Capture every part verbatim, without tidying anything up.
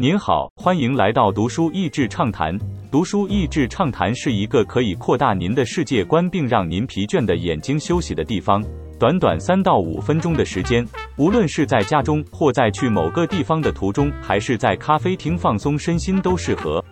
您好，欢迎来到读书益智畅谈。读书益智畅谈是一个可以扩大您的世界观并让您疲倦的眼睛休息的地方。短短三到五分钟的时间，无论是在家中或在去某个地方的途中，还是在咖啡厅放松身心都适合。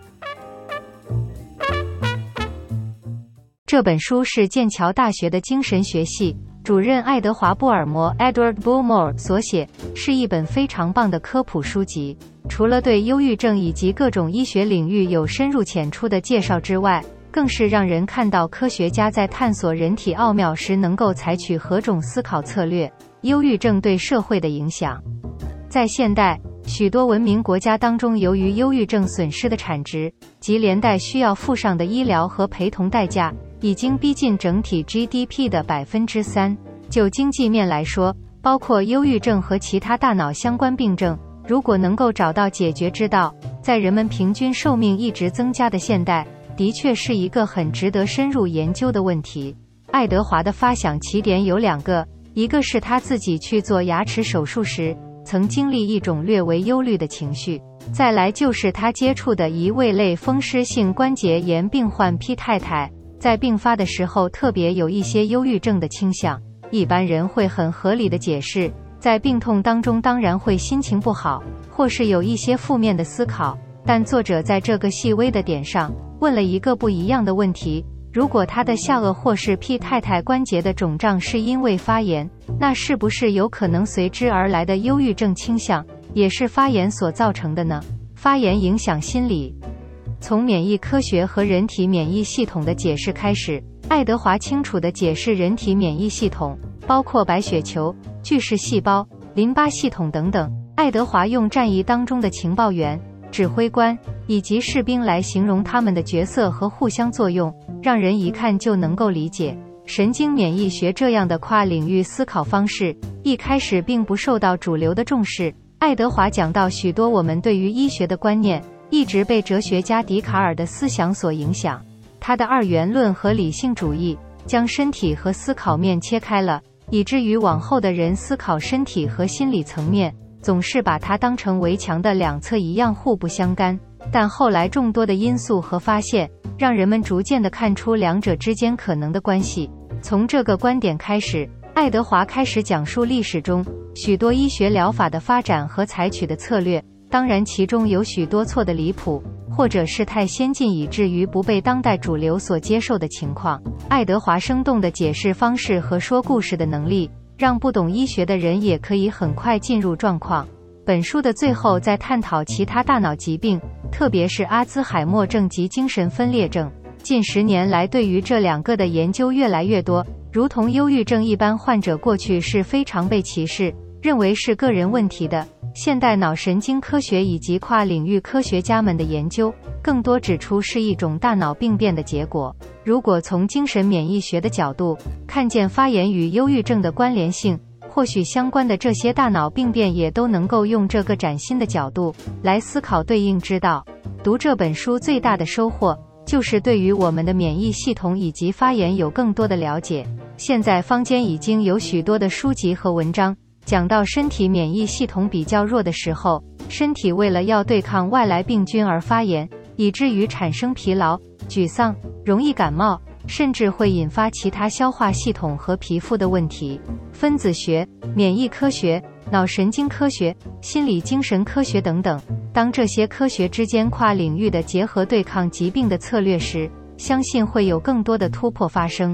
这本书是剑桥大学的精神学系主任爱德华·布尔摩 （Edward Bulmore） 所写，是一本非常棒的科普书籍。除了对忧郁症以及各种医学领域有深入浅出的介绍之外，更是让人看到科学家在探索人体奥妙时能够采取何种思考策略。忧郁症对社会的影响。在现代许多文明国家当中，由于忧郁症损失的产值及连带需要付上的医疗和陪同代价，已经逼近整体 G D P 的 百分之三。 就经济面来说，包括忧郁症和其他大脑相关病症，如果能够找到解决之道，在人们平均寿命一直增加的现代，的确是一个很值得深入研究的问题。爱德华的发想起点有两个，一个是他自己去做牙齿手术时曾经历一种略为忧虑的情绪，再来就是他接触的一位类风湿性关节炎病患 P 太太，在病发的时候特别有一些忧郁症的倾向。一般人会很合理的解释，在病痛当中当然会心情不好，或是有一些负面的思考，但作者在这个细微的点上问了一个不一样的问题：如果他的下颚或是 P 太太关节的肿胀是因为发炎，那是不是有可能随之而来的忧郁症倾向也是发炎所造成的呢？发炎影响心理。从免疫科学和人体免疫系统的解释开始，爱德华清楚地解释人体免疫系统，包括白血球、巨噬细胞、淋巴系统等等。爱德华用战役当中的情报员、指挥官以及士兵来形容他们的角色和互相作用，让人一看就能够理解。神经免疫学这样的跨领域思考方式，一开始并不受到主流的重视。爱德华讲到许多我们对于医学的观念，一直被哲学家笛卡尔的思想所影响。他的二元论和理性主义将身体和思考面切开了，以至于往后的人思考身体和心理层面，总是把它当成围墙的两侧一样互不相干。但后来众多的因素和发现，让人们逐渐地看出两者之间可能的关系。从这个观点开始，爱德华开始讲述历史中许多医学疗法的发展和采取的策略，当然其中有许多错的离谱，或者是太先进以至于不被当代主流所接受的情况。爱德华生动的解释方式和说故事的能力，让不懂医学的人也可以很快进入状况。本书的最后在探讨其他大脑疾病，特别是阿兹海默症及精神分裂症。近十年来对于这两个的研究越来越多，如同忧郁症一般，患者过去是非常被歧视，认为是个人问题的。现代脑神经科学以及跨领域科学家们的研究，更多指出是一种大脑病变的结果。如果从精神免疫学的角度看见发炎与忧郁症的关联性，或许相关的这些大脑病变也都能够用这个崭新的角度来思考对应之道。读这本书最大的收获，就是对于我们的免疫系统以及发炎有更多的了解。现在坊间已经有许多的书籍和文章讲到身体免疫系统比较弱的时候，身体为了要对抗外来病菌而发炎，以至于产生疲劳、沮丧、容易感冒，甚至会引发其他消化系统和皮肤的问题。分子学、免疫科学、脑神经科学、心理精神科学等等，当这些科学之间跨领域的结合对抗疾病的策略时，相信会有更多的突破发生。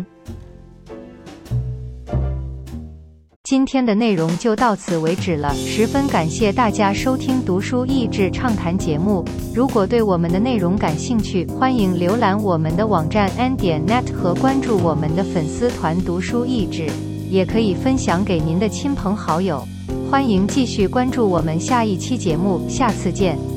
今天的内容就到此为止了，十分感谢大家收听读书益智畅谈节目。如果对我们的内容感兴趣，欢迎浏览我们的网站 an 点 net 和关注我们的粉丝团读书益智，也可以分享给您的亲朋好友。欢迎继续关注我们下一期节目，下次见。